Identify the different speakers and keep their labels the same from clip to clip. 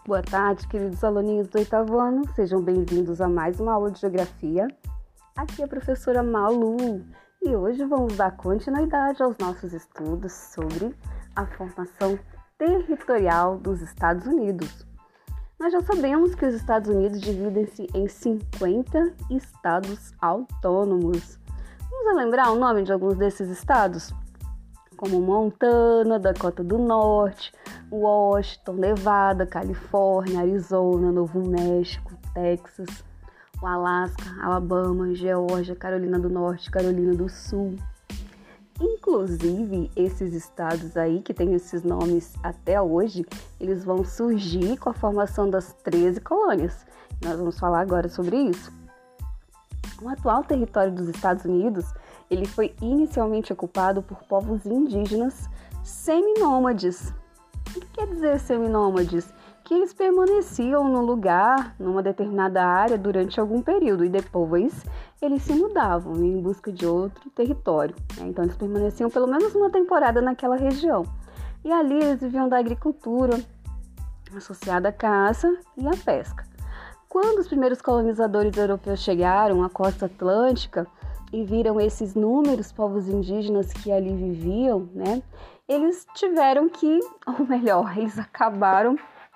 Speaker 1: Boa tarde, queridos aluninhos do 8º ano. Sejam bem-vindos a mais uma aula de Geografia. Aqui é a professora Malu e hoje vamos dar continuidade aos nossos estudos sobre a formação territorial dos Estados Unidos. Nós já sabemos que os Estados Unidos dividem-se em 50 estados autônomos. Vamos lembrar o nome de alguns desses estados? Como Montana, Dakota do Norte, Washington, Nevada, Califórnia, Arizona, Novo México, Texas, o Alasca, Alabama, Geórgia, Carolina do Norte, Carolina do Sul. Inclusive, esses estados aí, que têm esses nomes até hoje, eles vão surgir com a formação das 13 colônias. Nós vamos falar agora sobre isso. O atual território dos Estados Unidos, ele foi inicialmente ocupado por povos indígenas seminômades. O que quer dizer seminômades? Que eles permaneciam no lugar, numa determinada área, durante algum período e depois eles se mudavam em busca de outro território. Então eles permaneciam pelo menos uma temporada naquela região. E ali eles viviam da agricultura, associada à caça e à pesca. Quando os primeiros colonizadores europeus chegaram à costa atlântica e viram esses inúmeros povos indígenas que ali viviam, eles tiveram que, ou melhor, eles acabaram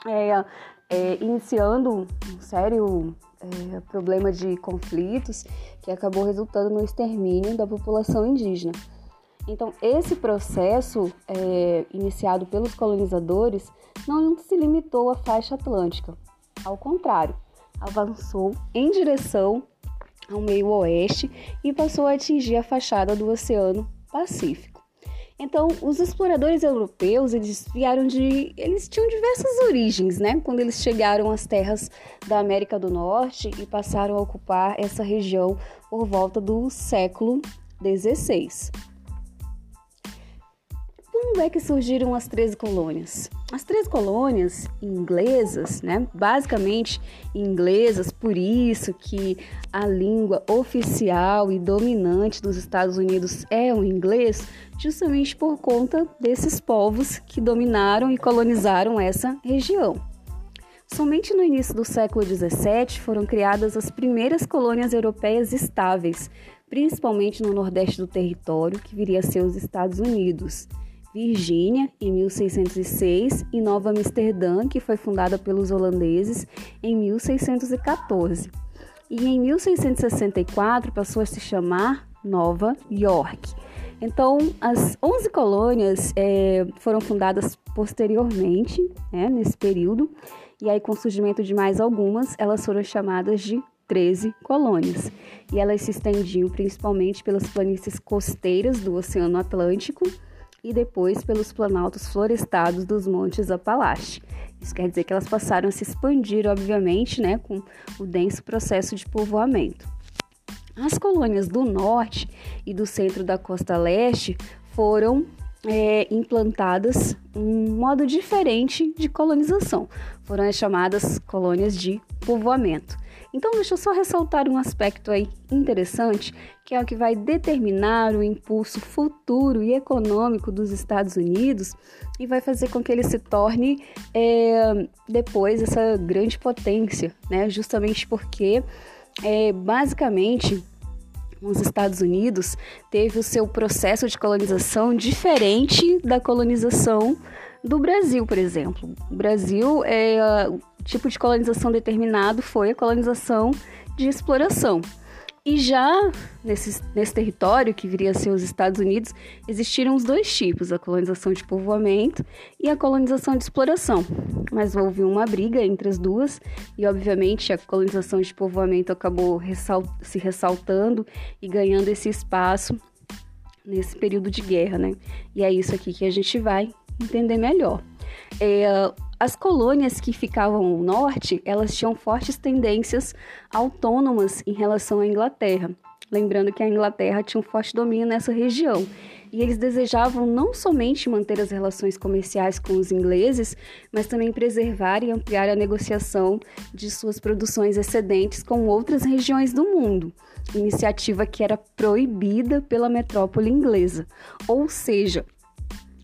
Speaker 1: iniciando um sério problema de conflitos que acabou resultando no extermínio da população indígena. Então, esse processo iniciado pelos colonizadores não se limitou à faixa atlântica, ao contrário, avançou em direção ao meio oeste e passou a atingir a fachada do Oceano Pacífico. Então, os exploradores europeus, eles tinham diversas origens, quando eles chegaram às terras da América do Norte e passaram a ocupar essa região por volta do século XVI. Como é que surgiram as 13 colônias? As 13 colônias inglesas, basicamente inglesas, por isso que a língua oficial e dominante dos Estados Unidos é o inglês, justamente por conta desses povos que dominaram e colonizaram essa região. Somente no início do século XVII foram criadas as primeiras colônias europeias estáveis, principalmente no nordeste do território, que viria a ser os Estados Unidos. Virgínia, em 1606, e Nova Amsterdã, que foi fundada pelos holandeses em 1614. E em 1664 passou a se chamar Nova York. Então, as 11 colônias foram fundadas posteriormente, nesse período, e aí com o surgimento de mais algumas, elas foram chamadas de 13 colônias. E elas se estendiam principalmente pelas planícies costeiras do Oceano Atlântico, e depois pelos planaltos florestados dos Montes Apalache. Isso quer dizer que elas passaram a se expandir, obviamente, com o denso processo de povoamento. As colônias do norte e do centro da costa leste foram implantadas um modo diferente de colonização. Foram as chamadas colônias de povoamento. Então, deixa eu só ressaltar um aspecto aí interessante, que é o que vai determinar o impulso futuro e econômico dos Estados Unidos e vai fazer com que ele se torne depois essa grande potência, justamente porque, basicamente, os Estados Unidos teve o seu processo de colonização diferente da colonização do Brasil, por exemplo. O Brasil, o tipo de colonização determinado foi a colonização de exploração. E já nesse território, que viria a ser os Estados Unidos, existiram os dois tipos, a colonização de povoamento e a colonização de exploração. Mas houve uma briga entre as duas e, obviamente, a colonização de povoamento acabou se ressaltando e ganhando esse espaço nesse período de guerra, E é isso aqui que a gente vai entender melhor. As colônias que ficavam ao norte, elas tinham fortes tendências autônomas em relação à Inglaterra. Lembrando que a Inglaterra tinha um forte domínio nessa região. E eles desejavam não somente manter as relações comerciais com os ingleses, mas também preservar e ampliar a negociação de suas produções excedentes com outras regiões do mundo. Iniciativa que era proibida pela metrópole inglesa. Ou seja,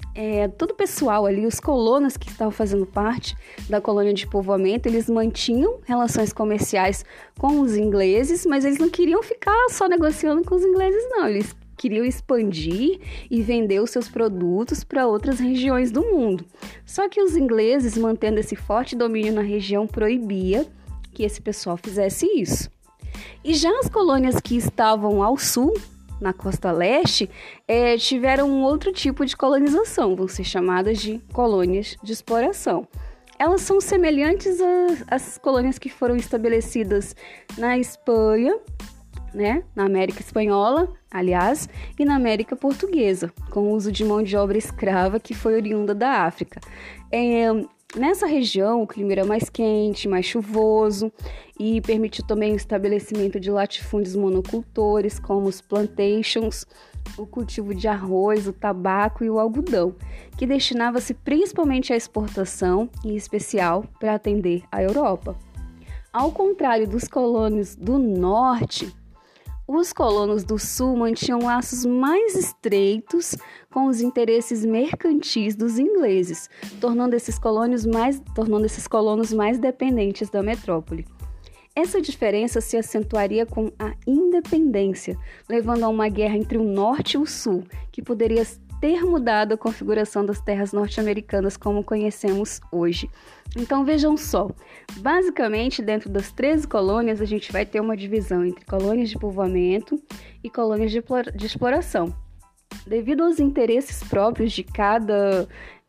Speaker 1: todo o pessoal ali, os colonos que estavam fazendo parte da colônia de povoamento, eles mantinham relações comerciais com os ingleses, mas eles não queriam ficar só negociando com os ingleses, não. Eles queriam expandir e vender os seus produtos para outras regiões do mundo. Só que os ingleses, mantendo esse forte domínio na região, proibia que esse pessoal fizesse isso. E já as colônias que estavam ao sul, na costa leste, tiveram um outro tipo de colonização, vão ser chamadas de colônias de exploração. Elas são semelhantes às colônias que foram estabelecidas na Espanha, né, na América Espanhola, aliás, e na América Portuguesa, com o uso de mão de obra escrava que foi oriunda da África. Nessa região, o clima era mais quente, mais chuvoso e permitiu também o estabelecimento de latifúndios monocultores, como os plantations, o cultivo de arroz, o tabaco e o algodão, que destinava-se principalmente à exportação, em especial para atender a Europa. Ao contrário dos colonos do norte, os colonos do sul mantinham laços mais estreitos com os interesses mercantis dos ingleses, tornando esses colonos mais dependentes da metrópole. Essa diferença se acentuaria com a independência, levando a uma guerra entre o norte e o sul, que poderia ter mudado a configuração das terras norte-americanas como conhecemos hoje. Então vejam só, basicamente dentro das 13 colônias a gente vai ter uma divisão entre colônias de povoamento e colônias de exploração. Devido aos interesses próprios de cada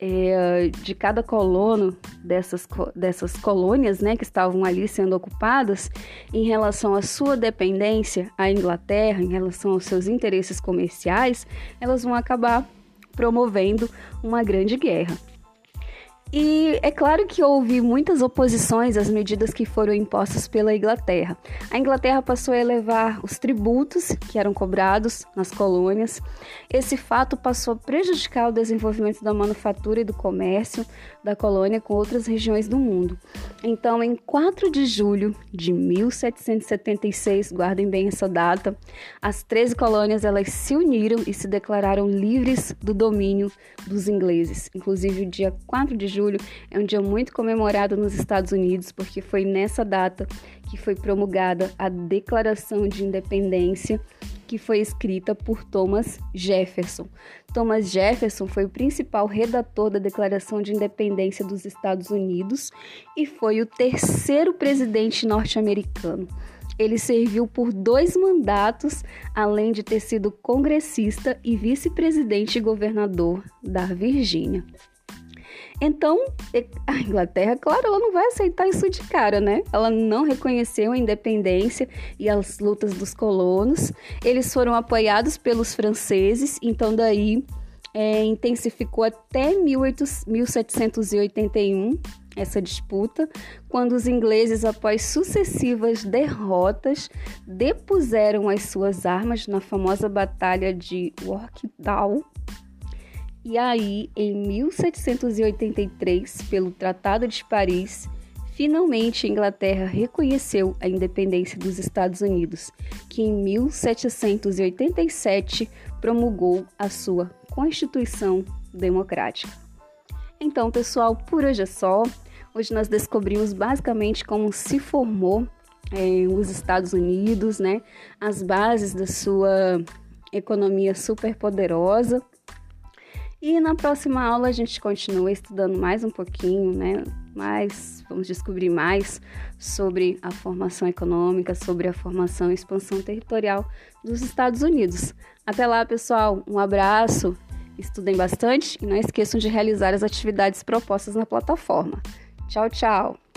Speaker 1: colono dessas colônias, né, que estavam ali sendo ocupadas, em relação à sua dependência à Inglaterra, em relação aos seus interesses comerciais, elas vão acabar promovendo uma grande guerra. E é claro que houve muitas oposições às medidas que foram impostas pela Inglaterra. A Inglaterra passou a elevar os tributos que eram cobrados nas colônias. Esse fato passou a prejudicar o desenvolvimento da manufatura e do comércio da colônia com outras regiões do mundo. Então, em 4 de julho de 1776, guardem bem essa data, as 13 colônias elas se uniram e se declararam livres do domínio dos ingleses. Inclusive, o dia 4 de julho é um dia muito comemorado nos Estados Unidos, porque foi nessa data que foi promulgada a Declaração de Independência, que foi escrita por Thomas Jefferson. Thomas Jefferson foi o principal redator da Declaração de Independência dos Estados Unidos e foi o 3º presidente norte-americano. Ele serviu por 2 mandatos, além de ter sido congressista e vice-presidente e governador da Virgínia. Então, a Inglaterra, claro, ela não vai aceitar isso de cara, né? Ela não reconheceu a independência e as lutas dos colonos. Eles foram apoiados pelos franceses, então daí intensificou até 1781 essa disputa, quando os ingleses, após sucessivas derrotas, depuseram as suas armas na famosa Batalha de Yorktown. E aí, em 1783, pelo Tratado de Paris, finalmente a Inglaterra reconheceu a independência dos Estados Unidos, que em 1787 promulgou a sua Constituição Democrática. Então, pessoal, por hoje é só. Hoje nós descobrimos basicamente como se formou os Estados Unidos, né? As bases da sua economia superpoderosa. E na próxima aula a gente continua estudando mais um pouquinho, né? Vamos descobrir mais sobre a formação econômica, sobre a formação e expansão territorial dos Estados Unidos. Até lá, pessoal. Um abraço, estudem bastante e não esqueçam de realizar as atividades propostas na plataforma. Tchau, tchau!